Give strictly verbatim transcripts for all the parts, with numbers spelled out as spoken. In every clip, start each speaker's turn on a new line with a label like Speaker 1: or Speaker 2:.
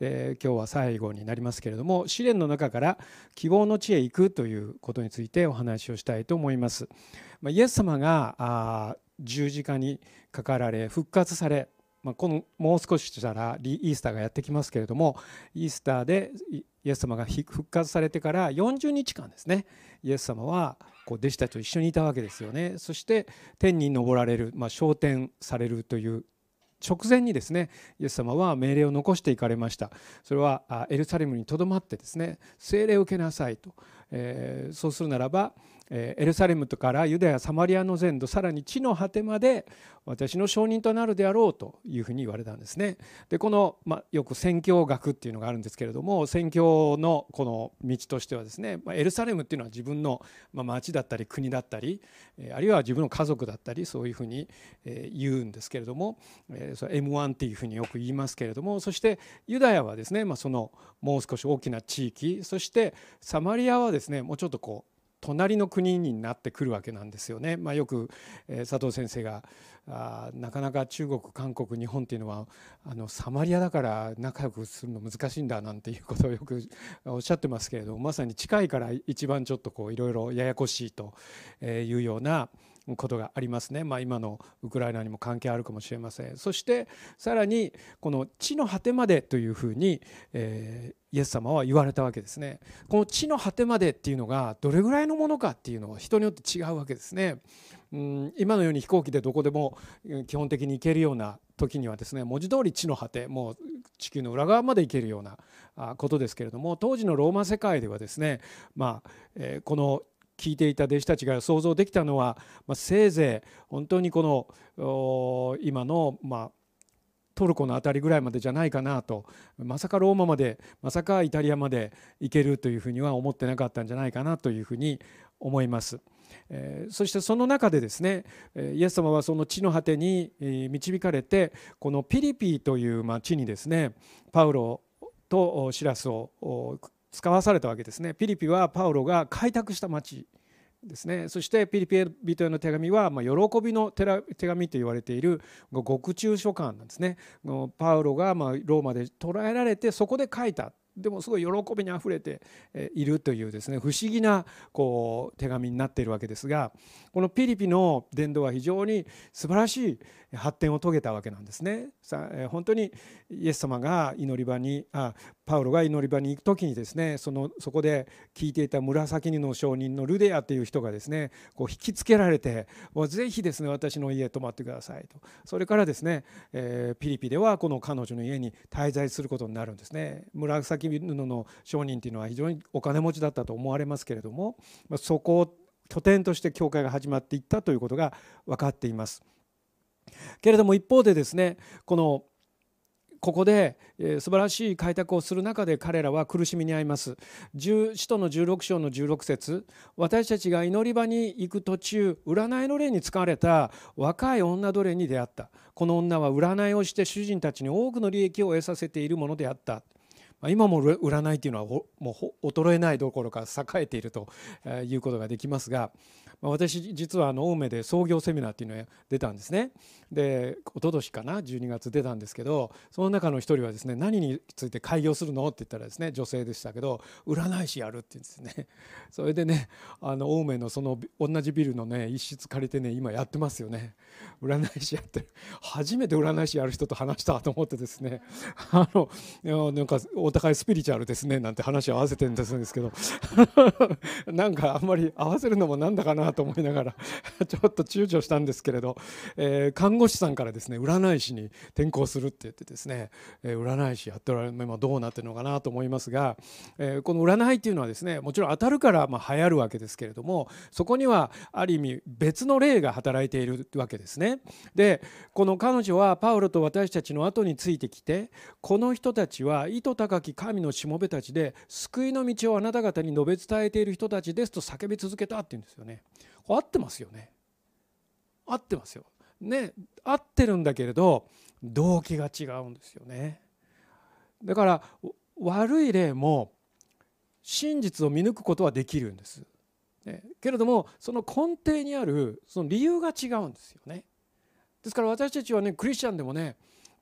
Speaker 1: で今日は最後になりますけれども、試練の中から希望の地へ行くということについてお話をしたいと思います。まあ、イエス様があ十字架にかかられ復活され、まあ、このもう少ししたらイースターがやってきますけれども、イースターでイエス様が復活されてからよんじゅうにちかんですね、イエス様はこう弟子たちと一緒にいたわけですよね。そして天に昇られる、まあ、昇天されるという直前にですね、イエス様は命令を残していかれました。それはエルサレムにとどまってですね、聖霊を受けなさいと、えー、そうするならばエルサレムからユダヤサマリアの全土、さらに地の果てまで私の証人となるであろうというふうに言われたんですね。でこの、まあ、よく宣教学っていうのがあるんですけれども、宣教のこの道としてはですね、まあ、エルサレムっていうのは自分の町だったり国だったり、あるいは自分の家族だったり、そういうふうに言うんですけれども、それ エムワン っていうふうによく言いますけれども、そしてユダヤはですね、まあ、そのもう少し大きな地域、そしてサマリアはですね、もうちょっとこう隣の国になってくるわけなんですよね。まあ、よく、えー、佐藤先生があなかなか中国韓国日本っていうのはあのサマリアだから仲良くするの難しいんだなんていうことをよくおっしゃってますけれども、まさに近いから一番ちょっとこういろいろややこしいというようなことがありますね。まあ、今のウクライナにも関係あるかもしれません。そしてさらにこの地の果てまでというふうに、えーイエス様は言われたわけですね。この地の果てまでっていうのがどれぐらいのものかっていうのは人によって違うわけですね。うん、今のように飛行機でどこでも基本的に行けるような時にはですね、文字通り地の果て、もう地球の裏側まで行けるようなことですけれども、当時のローマ世界ではですね、まあえー、この聞いていた弟子たちが想像できたのは、まあ、せいぜい本当にこの今のまあトルコの辺りぐらいまでじゃないかなと、まさかローマまで、まさかイタリアまで行けるというふうには思ってなかったんじゃないかなというふうに思います。えー、そしてその中でですね、イエス様はその地の果てに導かれて、このピリピという町にですね、パウロとシラスを使わされたわけですね。ピリピはパウロが開拓した町ですね。そしてピリピ人への手紙は、まあ、喜びの手紙と言われている獄中書簡なんですね。パウロがまあローマで捕らえられて、そこで書いた、でもすごい喜びにあふれているというですね、不思議なこう手紙になっているわけですが、このピリピの伝道は非常に素晴らしい発展を遂げたわけなんですね。さ本当にイエス様が祈り場にあパウロが祈り場に行く時にですね、そのそこで聞いていた紫の証人のルデアという人がですね、こう引きつけられて、もうぜひですね私の家へ泊まってくださいと。それからですね、えー、ピリピではこの彼女の家に滞在することになるんですね。紫布の証人というのは非常にお金持ちだったと思われますけれども、そこを拠点として教会が始まっていったということが分かっています。けれども一方でですね、このここで素晴らしい開拓をする中で彼らは苦しみに遭います。使徒のじゅうろく章のじゅうろく節、私たちが祈り場に行く途中、占いの霊に使われた若い女奴隷に出会った。この女は占いをして主人たちに多くの利益を得させているものであった。今も占いというのはもう衰えないどころか栄えているということができますが、私実はあの青梅で創業セミナーっていうのが出たんですね。で一昨年かなじゅうにがつ出たんですけど、その中の一人はですね、何について開業するのって言ったらですね、女性でしたけど、占い師やるって言うんですね。それでね、あの青梅のその同じビルのね一室借りてね今やってますよね。占い師やってる。初めて占い師やる人と話したと思ってですね、あのなんかお互いスピリチュアルですねなんて話を合わせてるんですけどなんかあんまり合わせるのもなんだかなと思いながらちょっと躊躇したんですけれど、えー、看護師さんからですね占い師に転校するって言ってですね、えー、占い師やっておられる、今どうなってるのかなと思いますが、えー、この占いっていうのはですね、もちろん当たるからまあ流行るわけですけれども、そこにはある意味別の霊が働いているわけですね。でこの彼女はパウロと私たちの後についてきて、この人たちは意図高き神のしもべたちで救いの道をあなた方に述べ伝えている人たちですと叫び続けたって言うんですよね。合ってますよね。合ってますよね。合ってるんだけれど動機が違うんですよね。だから悪い霊も真実を見抜くことはできるんです、ね、けれどもその根底にあるその理由が違うんですよね。ですから私たちはね、クリスチャンでもね、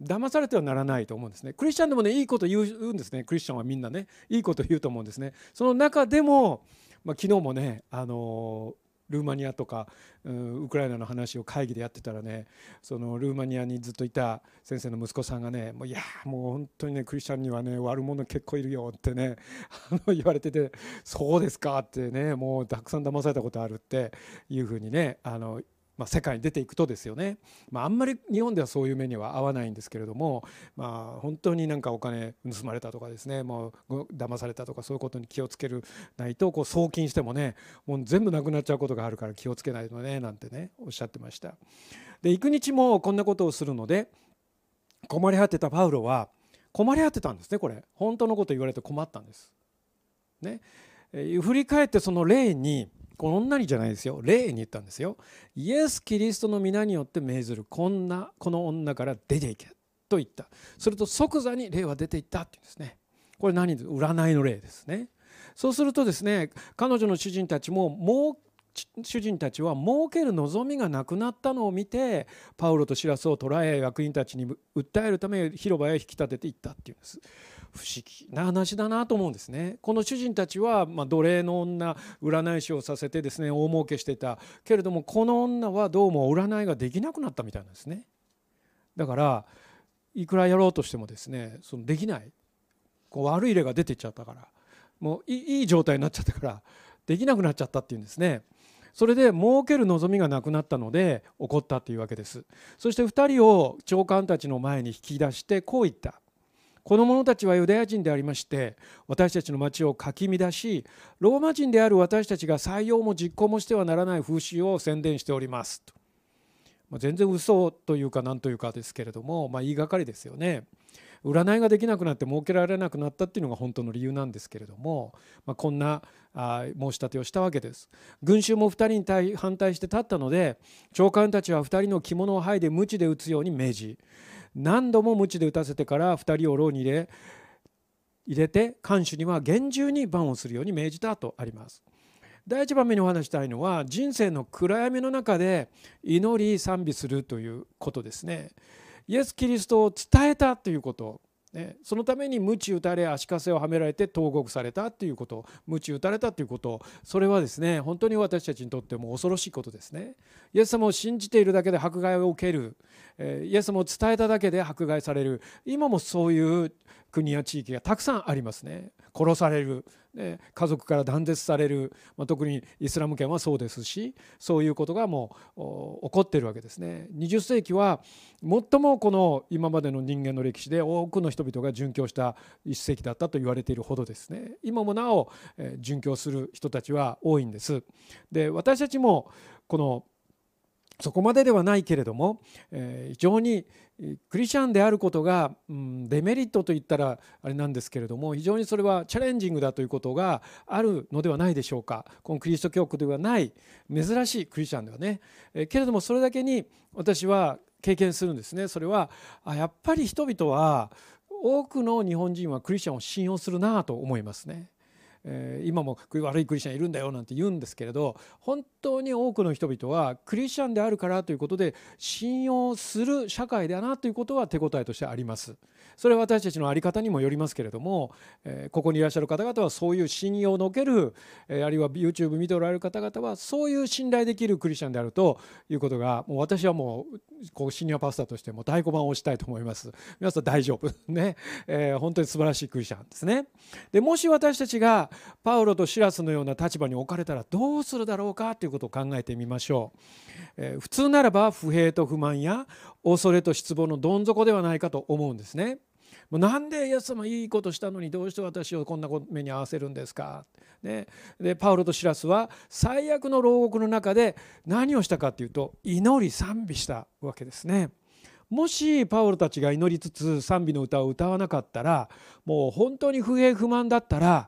Speaker 1: 騙されてはならないと思うんですね。クリスチャンでもねいいこと言うんですね。クリスチャンはみんなねいいこと言うと思うんですね。その中でも、まあ、昨日もねあのルーマニアとか、うん、ウクライナの話を会議でやってたらね、そのルーマニアにずっといた先生の息子さんがね、もういやもう本当にねクリスチャンにはね悪者結構いるよってねあの言われてて、そうですかってね、もうたくさん騙されたことあるっていうふうにね、あのまあ、世界に出ていくとですよね、まあ、あんまり日本ではそういう目には合わないんですけれども、まあ、本当になんかお金盗まれたとかですね、もう騙されたとかそういうことに気をつけるないと、こう送金してもねもう全部なくなっちゃうことがあるから気をつけないとねなんてねおっしゃってました。で幾日もこんなことをするので困り果てたパウロは困り果てたんですね。これ本当のこと言われて困ったんですね。え振り返ってその霊に、この女にじゃないですよ、霊に言ったんですよ。イエス・キリストの皆によって命ずるこんなこの女から出ていけと言った。すると即座に霊は出ていったっていうんですね。これ何で占いの霊ですね。そうするとですね、彼女の主人たちももう主人たちは儲ける望みがなくなったのを見て、パウロとシラスを捕らえ役員たちに訴えるため広場へ引き立てていったっていうんです。不思議な話だなと思うんですね。この主人たちは、まあ、奴隷の女占い師をさせてですね大儲けしてたけれども、この女はどうも占いができなくなったみたいなんですね。だからいくらやろうとしてもですねそのできない、こう悪い霊が出ていっちゃったから、もういい状態になっちゃったからできなくなっちゃったっていうんですね。それで儲ける望みがなくなったので怒ったというわけです。そしてふたりを長官たちの前に引き出してこう言った。この者たちはユダヤ人でありまして、私たちの町をかき乱し、ローマ人である私たちが採用も実行もしてはならない風習を宣伝しておりますと。まあ、全然嘘というか何というかですけれども、まあ、言いがかりですよね。占いができなくなって儲けられなくなったっていうのが本当の理由なんですけれども、まあ、こんなあ申し立てをしたわけです。群衆もふたりに対反対して立ったので、長官たちはふたりの着物を剥いで鞭で打つように命じ、何度も鞭で打たせてからふたりを牢に入れ入れて看守には厳重に番をするように命じたとあります。第一番目にお話したいのは、人生の暗闇の中で祈り賛美するということですね。イエス・キリストを伝えたということ、ね、そのために鞭打たれ足かせをはめられて投獄されたということ、鞭打たれたということ、それはですね本当に私たちにとっても恐ろしいことですね。イエス様を信じているだけで迫害を受ける、イエス様を伝えただけで迫害される、今もそういう国や地域がたくさんありますね。殺される、家族から断絶される、まあ、特にイスラム圏はそうですし、そういうことがもう起こっているわけですね。にじゅっ世紀は最もこの今までの人間の歴史で多くの人々が殉教した一世紀だったと言われているほどですね、今もなお殉教する人たちは多いんです。で、私たちもこのそこまでではないけれども、えー、非常にクリスチャンであることが、うん、デメリットといったらあれなんですけれども、非常にそれはチャレンジングだということがあるのではないでしょうか。このキリスト教区ではない珍しいクリスチャンではね、えー、けれどもそれだけに私は経験するんですね。それはあやっぱり人々は多くの日本人はクリスチャンを信用するなと思いますね。えー、今も悪いクリスチャンいるんだよなんて言うんですけれど、本当に多くの人々はクリスチャンであるからということで信用する社会だなということは手応えとしてあります。それは私たちの在り方にもよりますけれども、えー、ここにいらっしゃる方々はそういう信用のおける、えー、あるいは YouTube 見ておられる方々はそういう信頼できるクリスチャンであるということが、もう私はもうこうシニアパスターとしても太鼓判を押したいと思います。皆さん大丈夫ね、えー、本当に素晴らしいクリスチャンですね。でもし私たちがパウロとシラスのような立場に置かれたらどうするだろうかということを考えてみましょう。えー、普通ならば不平と不満や恐れと失望のどん底ではないかと思うんですね。もうなんでイエス様いいことしたのにどうして私をこんな目に遭わせるんですか、ね、でパウロとシラスは最悪の牢獄の中で何をしたかというと祈り賛美したわけですね。もしパウロたちが祈りつつ賛美の歌を歌わなかったら、もう本当に不平不満だったら、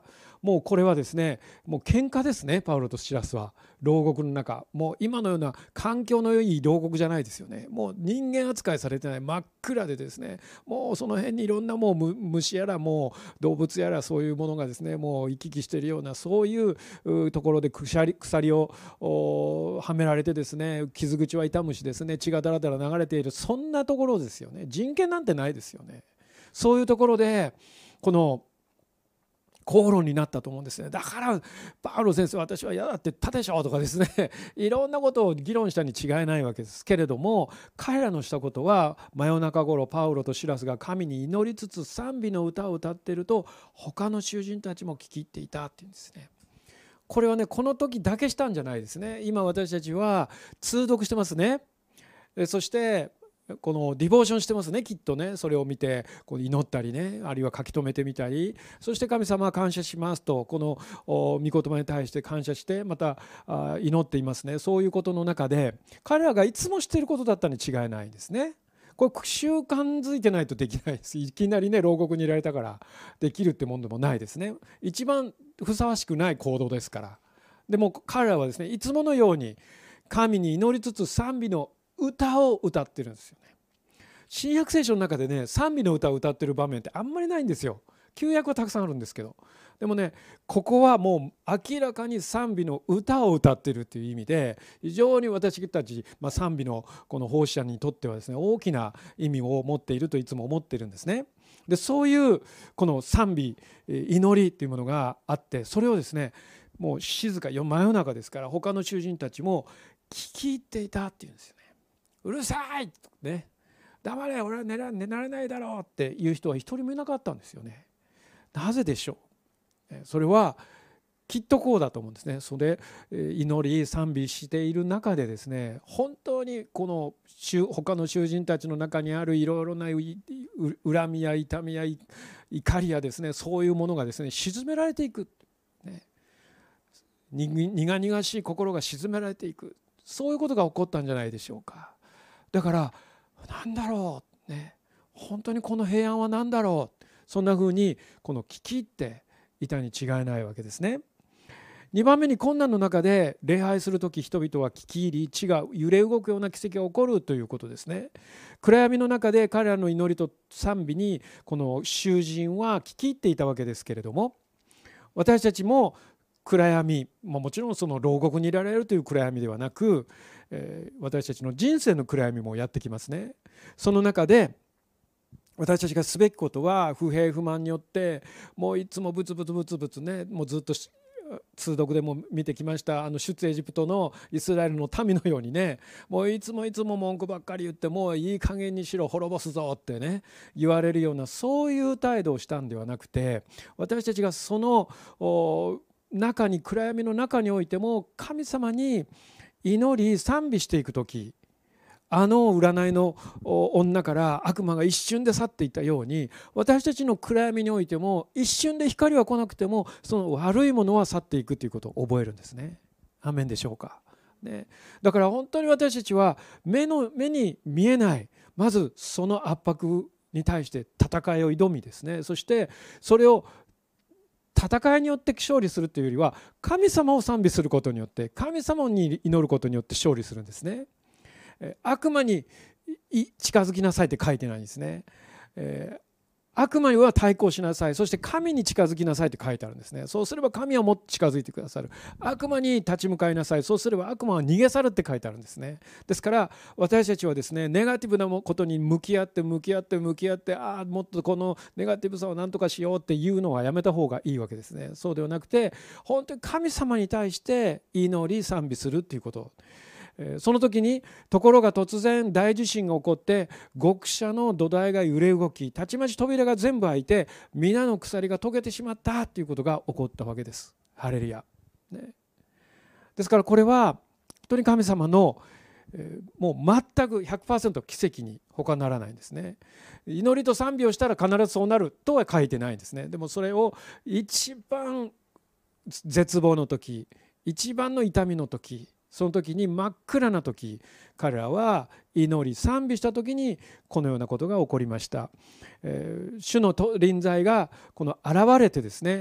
Speaker 1: もうこれはですね、もう喧嘩ですね。パウロとシラスは牢獄の中、もう今のような環境の良い牢獄じゃないですよね。もう人間扱いされてない真っ暗でですね、もうその辺にいろんなもう虫やらもう動物やらそういうものがですね、もう行き来しているような、そういうところで鎖、鎖をはめられてですね、傷口は痛むしですね、血がだらだら流れている、そんなところですよね。人権なんてないですよね。そういうところでこの口論になったと思うんですね。だからパウロ先生、私は嫌だって言ったでしょとかですね、いろんなことを議論したに違いないわけですけれども、彼らのしたことは、真夜中頃パウロとシラスが神に祈りつつ賛美の歌を歌っていると、他の囚人たちも聞き入っていたっていうんですね。これはね、この時だけしたんじゃないですね。今私たちは通読してますね。そしてこのディボーションしてますね、きっとね。それを見てこう祈ったりね、あるいは書き留めてみたり、そして神様は感謝しますと、この御言葉に対して感謝してまた祈っていますね。そういうことの中で彼らがいつもしていることだったに違いないんですね。これ習慣づいてないとできないです。いきなりね、牢獄にいられたからできるってもんでもないですね。一番ふさわしくない行動ですから。でも彼らはですね、いつものように神に祈りつつ賛美の歌を歌ってるんですよね。新約聖書の中でね、賛美の歌を歌ってる場面ってあんまりないんですよ。旧約はたくさんあるんですけど、でもね、ここはもう明らかに賛美の歌を歌ってるっていう意味で、非常に私たち、まあ、賛美のこの奉仕者にとってはですね、大きな意味を持っているといつも思っているんですね。で、そういうこの賛美、祈りっていうものがあって、それをですね、もう静か、真夜中ですから、他の囚人たちも聞き入っていたっていうんですよね。うるさいね、黙れ、俺は寝ら、寝られないだろうっていう人は一人もいなかったんですよね。なぜでしょう。それはきっとこうだと思うんですね。それ祈り賛美している中でですね、本当にこの他の囚人たちの中にあるいろいろな恨みや痛みや怒りやですね、そういうものがですね沈められていく、ね、苦々しい心が沈められていく、そういうことが起こったんじゃないでしょうか。だから何だろう、ね、本当にこの平安は何だろう、そんなふうにこの聞き入っていたに違いないわけですね。にばんめに、困難の中で礼拝するとき人々は聞き入り、地が揺れ動くような奇跡が起こるということですね。暗闇の中で彼らの祈りと賛美にこの囚人は聞き入っていたわけですけれども、私たちも暗闇、もちろんその牢獄にいられるという暗闇ではなく、私たちの人生の暗闇もやってきますね。その中で私たちがすべきことは、不平不満によってもういつもブツブツブツブツね、もうずっと通読でも見てきましたあの出エジプトのイスラエルの民のようにね、もういつもいつも文句ばっかり言って、もういい加減にしろ、滅ぼすぞってね言われるような、そういう態度をしたんではなくて、私たちがその中に、暗闇の中においても神様に祈り賛美していくとき、あの占いの女から悪魔が一瞬で去っていったように、私たちの暗闇においても一瞬で光は来なくても、その悪いものは去っていくということを覚えるんですね。アーメンでしょうか、ね、だから本当に私たちは目の目に見えない、まずその圧迫に対して戦いを挑みですね、そしてそれを戦いによって勝利するというよりは、神様を賛美することによって、神様に祈ることによって勝利するんですね。悪魔に近づきなさいって書いてないんですね。悪魔には対抗しなさい、そして神に近づきなさいって書いてあるんですね。そうすれば神はもっと近づいてくださる。悪魔に立ち向かいなさい、そうすれば悪魔は逃げ去るって書いてあるんですね。ですから私たちはですね、ネガティブなことに向き合って向き合って向き合って、ああもっとこのネガティブさを何とかしようっていうのはやめた方がいいわけですね。そうではなくて、本当に神様に対して祈り賛美するっていうこと。その時に、ところが突然大地震が起こって獄舎の土台が揺れ動き、たちまち扉が全部開いて皆の鎖が解けてしまったということが起こったわけです。ハレルヤ、ね、ですからこれは本当に神様のもう全く ひゃくパーセント 奇跡に他ならないんですね。祈りと賛美をしたら必ずそうなるとは書いてないんですね。でもそれを一番絶望の時、一番の痛みの時、その時に真っ暗な時、彼らは祈り賛美した時にこのようなことが起こりました。えー、主の臨在がこの現れてですね、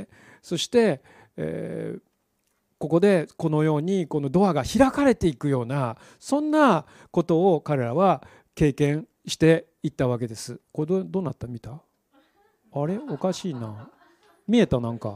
Speaker 1: そして、えー、ここでこのようにこのドアが開かれていくような、そんなことを彼らは経験していったわけです。これ ど, どうなった見た？あれおかしいな。見えた？なんか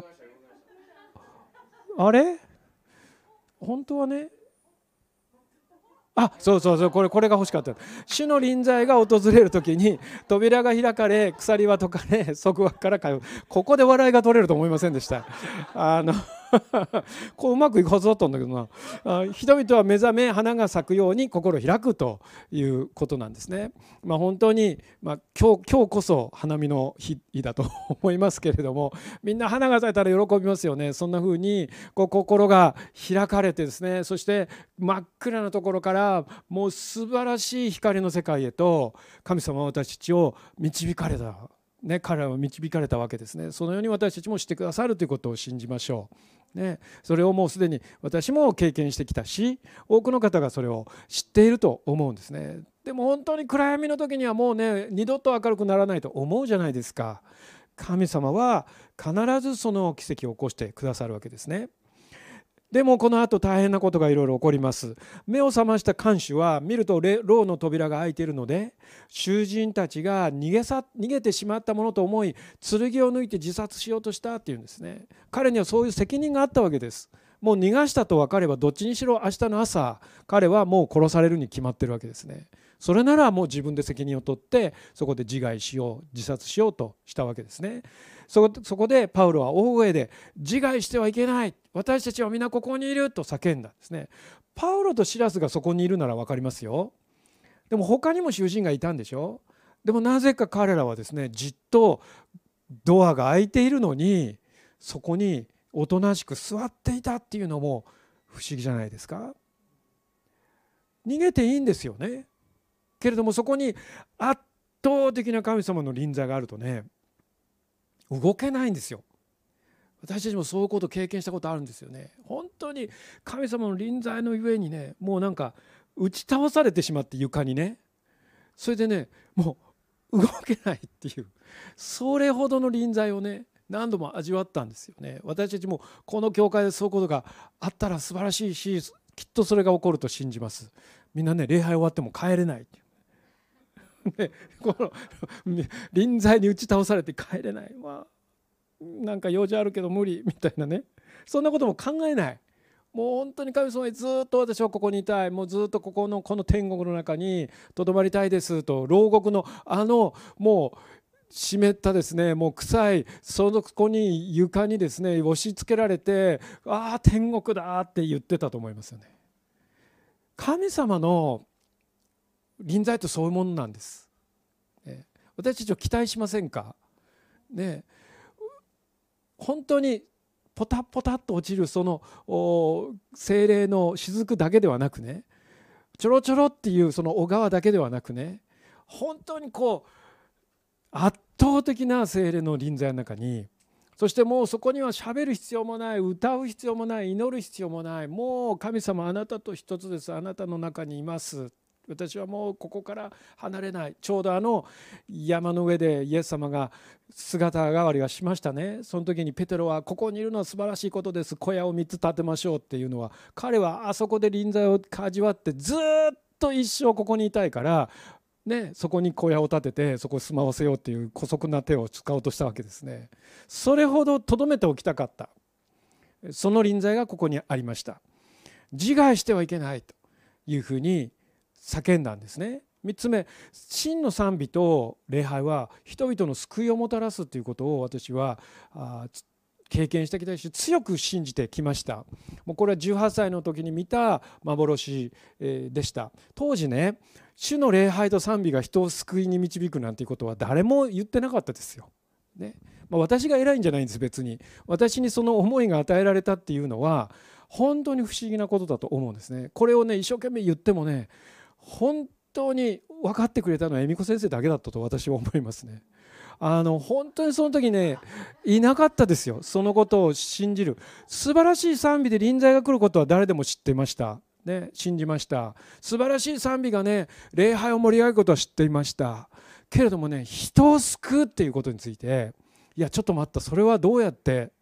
Speaker 1: あれ本当はね、あ、そうそうそう、これこれが欲しかった。主の臨在が訪れる時に扉が開かれ、鎖は解かれ、束縛から通う。ここで笑いが取れると思いませんでした。あのこううまくいくはずだったんだけどな。あ、人々は目覚め花が咲くように心を開くということなんですね。まあ、本当に、まあ、今日、今日こそ花見の日だと思いますけれども、みんな花が咲いたら喜びますよね。そんな風にこう心が開かれてですね、そして真っ暗なところからもう素晴らしい光の世界へと神様は私たちを導かれた。ね、彼らは導かれたわけですね。そのように私たちもしてくださるということを信じましょう。ね、それをもうすでに私も経験してきたし、多くの方がそれを知っていると思うんですね。でも本当に暗闇の時にはもうね、二度と明るくならないと思うじゃないですか。神様は必ずその奇跡を起こしてくださるわけですね。でもこの後大変なことがいろいろ起こります。目を覚ました看守は見ると牢の扉が開いているので、囚人たちが逃げさ逃げてしまったものと思い剣を抜いて自殺しようとしたっていうんですね。彼にはそういう責任があったわけです。もう逃がしたと分かればどっちにしろ明日の朝彼はもう殺されるに決まってるわけですね。それならもう自分で責任を取ってそこで自害しよう、自殺しようとしたわけですね。そこでパウロは大声で自害してはいけない、私たちは皆ここにいると叫んだんですね。パウロとシラスがそこにいるなら分かりますよ。でも他にも囚人がいたんでしょ。でもなぜか彼らはですね、じっとドアが開いているのにそこにおとなしく座っていたっていうのも不思議じゃないですか。逃げていいんですよね。けれどもそこに圧倒的な神様の臨在があるとね、動けないんですよ。私たちもそういうことを経験したことあるんですよね。本当に神様の臨在のゆえにね、もうなんか打ち倒されてしまって床にね、それでね、もう動けないっていう、それほどの臨在をね何度も味わったんですよね。私たちもこの教会でそういうことがあったら素晴らしいし、きっとそれが起こると信じます。みんなね、礼拝終わっても帰れないっていうね、この臨在に打ち倒されて帰れない、まあ、なんか用事あるけど無理みたいなね、そんなことも考えない。もう本当に神様にずっと私はここにいたい、もうずっとここのこの天国の中にとどまりたいですと、牢獄のあのもう湿ったですね、もう臭いそのここに床にですね押し付けられて、ああ天国だって言ってたと思いますよね。神様の臨在とそういうものなんです、ね、私たちは期待しませんか、ね、本当にポタポタっと落ちるその精霊の雫だけではなくね、ちょろちょろっていうその小川だけではなくね、本当にこう圧倒的な精霊の臨在の中に、そしてもうそこには喋る必要もない、歌う必要もない、祈る必要もない、もう神様あなたと一つです、あなたの中にいます、私はもうここから離れない。ちょうどあの山の上でイエス様が姿変わりはしましたね。その時にペテロはここにいるのは素晴らしいことです、小屋をみっつ建てましょうっていうのは、彼はあそこで臨在を味わってずっと一生ここにいたいからね、そこに小屋を建ててそこを住まわせようっていう姑息な手を使おうとしたわけですね。それほどとどめておきたかった、その臨在がここにありました。自害してはいけないというふうに叫んだんですね。みっつめ、真の賛美と礼拝は人々の救いをもたらすということを私は経験してきたし、強く信じてきました。もうこれはじゅうはっさいの時に見た幻でした。当時ね、主の礼拝と賛美が人を救いに導くなんていうことは誰も言ってなかったですよ、ね。まあ、私が偉いんじゃないんです。別に私にその思いが与えられたっていうのは本当に不思議なことだと思うんですね。これをね一生懸命言ってもね、本当に分かってくれたのは恵美子先生だけだったと私は思いますね。あの本当にその時ねいなかったですよ。そのことを信じる素晴らしい賛美で臨在が来ることは誰でも知ってました、ね、信じました。素晴らしい賛美がね礼拝を盛り上げることは知っていました。けれどもね、人を救うっていうことについて、いやちょっと待った、それはどうやって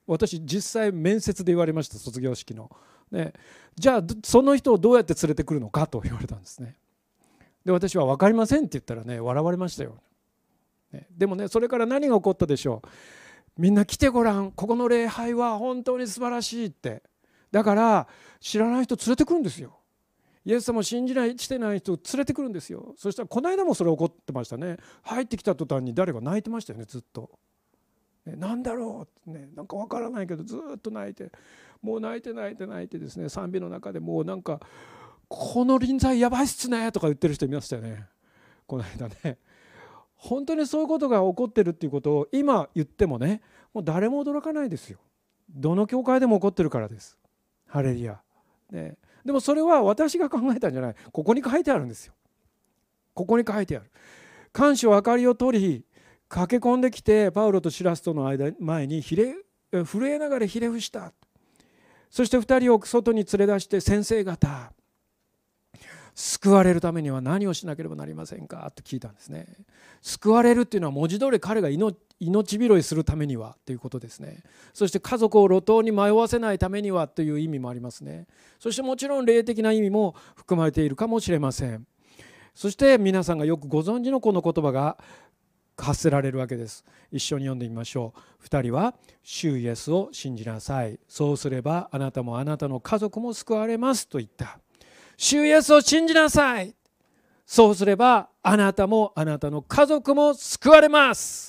Speaker 1: 私実際面接で言われました、卒業式の、ね、じゃあその人をどうやって連れてくるのかと言われたんですね。で私は分かりませんって言ったらね、笑われましたよ、ね、でもね、それから何が起こったでしょう。みんな来てごらん、ここの礼拝は本当に素晴らしいって。だから知らない人連れてくるんですよ。イエス様を信じないしてない人を連れてくるんですよ。そしたらこの間もそれ起こってましたね。入ってきた途端に誰か泣いてましたよね、ずっと。なんだろうって、ね、なんか分からないけどずっと泣いて、もう泣いて泣いて泣いてですね、賛美の中でもうなんかこの臨在やばいっすねとか言ってる人いましたよね、この間ね。本当にそういうことが起こってるっていうことを今言ってもね、もう誰も驚かないですよ。どの教会でも起こってるからです。ハレルヤ、ね、でもそれは私が考えたんじゃない。ここに書いてあるんですよ。ここに書いてある。看守は明かりを取り駆け込んできて、パウロとシラスとの間前にひれ震えながらひれ伏した。そして二人を外に連れ出して、先生方、救われるためには何をしなければなりませんかと聞いたんですね。救われるっていうのは文字通り彼が 命, 命拾いするためにはということですね。そして家族を路頭に迷わせないためにはという意味もありますね。そしてもちろん霊的な意味も含まれているかもしれません。そして皆さんがよくご存知のこの言葉が発せられるわけです。一緒に読んでみましょう。二人は主イエスを信じなさい。そうすればあなたもあなたの家族も救われますと言った。主イエスを信じなさい。そうすればあなたもあなたの家族も救われます。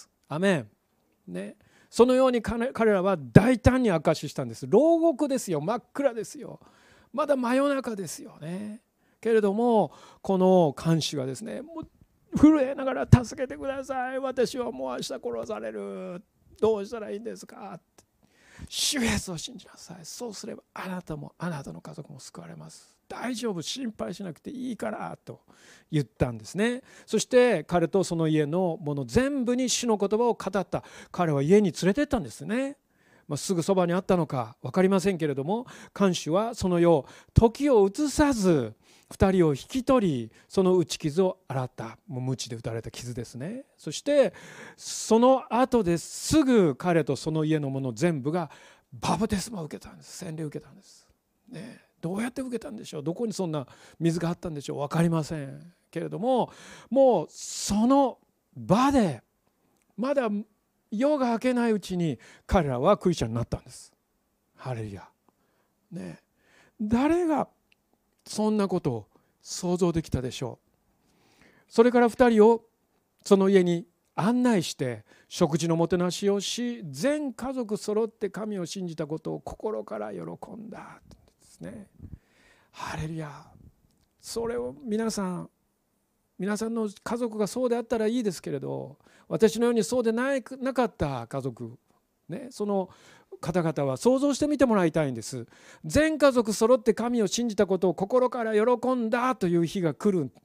Speaker 1: アメン、ね、そのように彼らは大胆に証ししたんです。牢獄ですよ、真っ暗ですよ、まだ真夜中ですよね。けれどもこの看守がですね、もう震えながら助けてください、私はもう明日殺される、どうしたらいいんですかって。主イエスを信じなさい。そうすればあなたもあなたの家族も救われます。大丈夫、心配しなくていいからと言ったんですね。そして彼とその家のもの全部に主の言葉を語った。彼は家に連れてったんですね。まあ、すぐそばにあったのか分かりませんけれども、看守はその夜時を移さず二人を引き取り、その打ち傷を洗った。もう鞭で打たれた傷ですね。そしてその後ですぐ彼とその家のもの全部がバプテスマを受けたんです。洗礼を受けたんです、ね、どうやって受けたんでしょう。どこにそんな水があったんでしょう。分かりませんけれども、もうその場でまだ夜が明けないうちに彼らはクリスチャンになったんです。ハレルヤ、ね、誰がそんなことを想像できたでしょう。それからふたりをその家に案内して食事のもてなしをし、全家族揃って神を信じたことを心から喜んだですね。ハレルヤ。それを皆さん皆さんの家族がそうであったらいいですけれど、私のようにそうでないなかった家族、ね、その方々は想像してみてもらいたいんです。全家族揃って神を信じたことを心から喜んだという日が来る。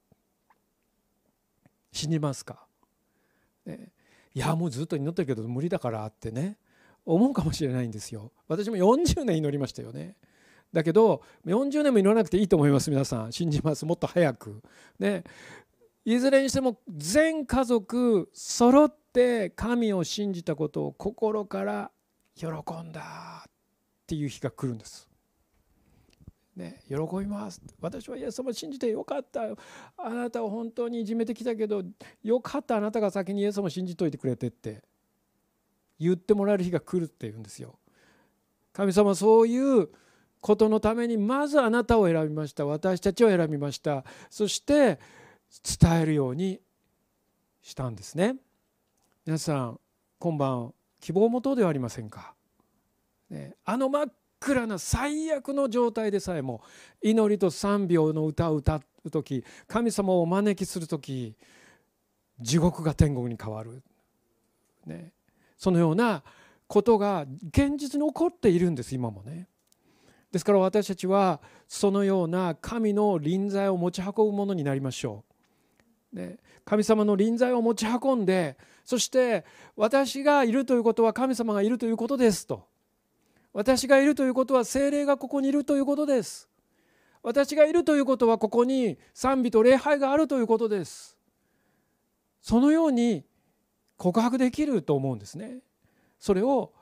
Speaker 1: 信じますか、ね、いやもうずっと祈ってるけど無理だからってね思うかもしれないんですよ。私もよんじゅうねん祈りましたよね。だけどよんじゅうねんも祈らなくていいと思います。皆さん信じます。もっと早くね。いずれにしても全家族揃って神を信じたことを心から喜んだっていう日が来るんです、ね、喜びます。私はイエス様を信じてよかった。あなたは本当にいじめてきたけどよかった、あなたが先にイエス様を信じといてくれてって言ってもらえる日が来るっていうんですよ。神様はそういうことのためにまずあなたを選びました。私たちを選びました。そして伝えるようにしたんですね。皆さん今晩希望を持とうではありませんか、ね、あの真っ暗な最悪の状態でさえも祈りと賛美の歌を歌うとき、神様をお招きするとき地獄が天国に変わる、ね、そのようなことが現実に起こっているんです今もね。ですから私たちはそのような神の臨在を持ち運ぶものになりましょう、ね、神様の臨在を持ち運んで、そして私がいるということは神様がいるということですと、私がいるということは聖霊がここにいるということです、私がいるということはここに賛美と礼拝があるということです。そのように告白できると思うんですね。それを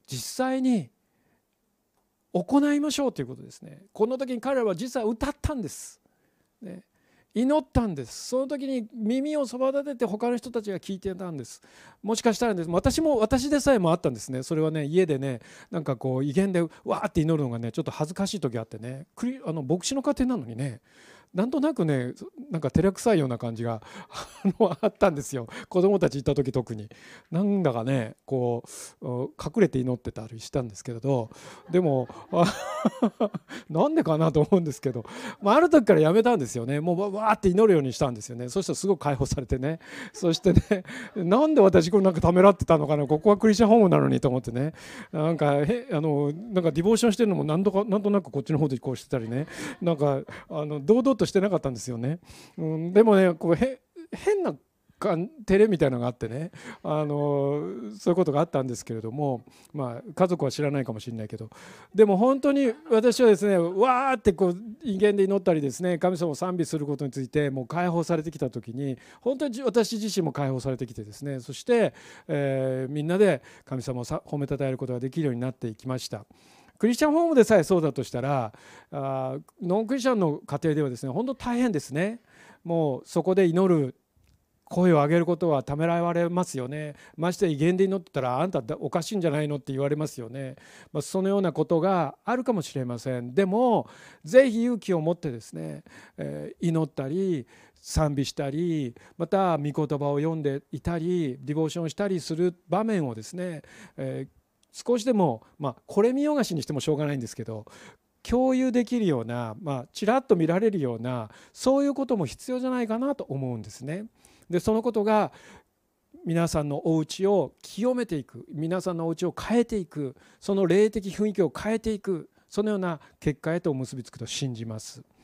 Speaker 1: 実際に行いましょうということですね。この時に彼らは実は歌ったんです、ね、祈ったんです。その時に耳をそば立てて他の人たちが聞いてたんです。もしかしたらです、私も私でさえもあったんですね。それはね、家でね、なんかこう威厳でわーって祈るのがねちょっと恥ずかしい時あってね、クリあの牧師の家庭なのにね、なんとなくね、なんか照れくさいような感じがあったんですよ。子供たちいた時特になんだかね、こう隠れて祈ってたりしたんですけれど、でもなんでかなと思うんですけど、まあ、ある時からやめたんですよね。もうわーって祈るようにしたんですよね。そしたらすごく解放されてね、そしてね、なんで私これなんかためらってたのかな、ここはクリスチャンホームなのにと思ってね、なんかへあのなんかディボーションしてるのもなんとかなんとなくこっちの方でこうしてたりね、なんかあの堂々としてなかったんですよね。うん、でもね、こうへ変な照れみたいなのがあってね、あのそういうことがあったんですけれども、まあ、家族は知らないかもしれないけど、でも本当に私はですね、わーってこう威厳で祈ったりですね、神様を賛美することについてもう解放されてきた時に、本当に私自身も解放されてきてですね、そして、えー、みんなで神様を褒めたたえることができるようになっていきました。クリスチャンホームでさえそうだとしたら、あノンクリスチャンの家庭ではですね、本当大変ですね。もうそこで祈る、声を上げることはためらわれますよね。まして威厳で祈ってたらあんたおかしいんじゃないのって言われますよね。まあ、そのようなことがあるかもしれません。でもぜひ勇気を持ってですね、えー、祈ったり賛美したり、また御言葉を読んでいたりディボーションしたりする場面をですね、えー、少しでも、まあ、これ見よがしにしてもしょうがないんですけど、共有できるような、まあ、ちらっと見られるような、そういうことも必要じゃないかなと思うんですね。でそのことが皆さんのお家を清めていく、皆さんのお家を変えていく、その霊的雰囲気を変えていく、そのような結果へと結びつくと信じます。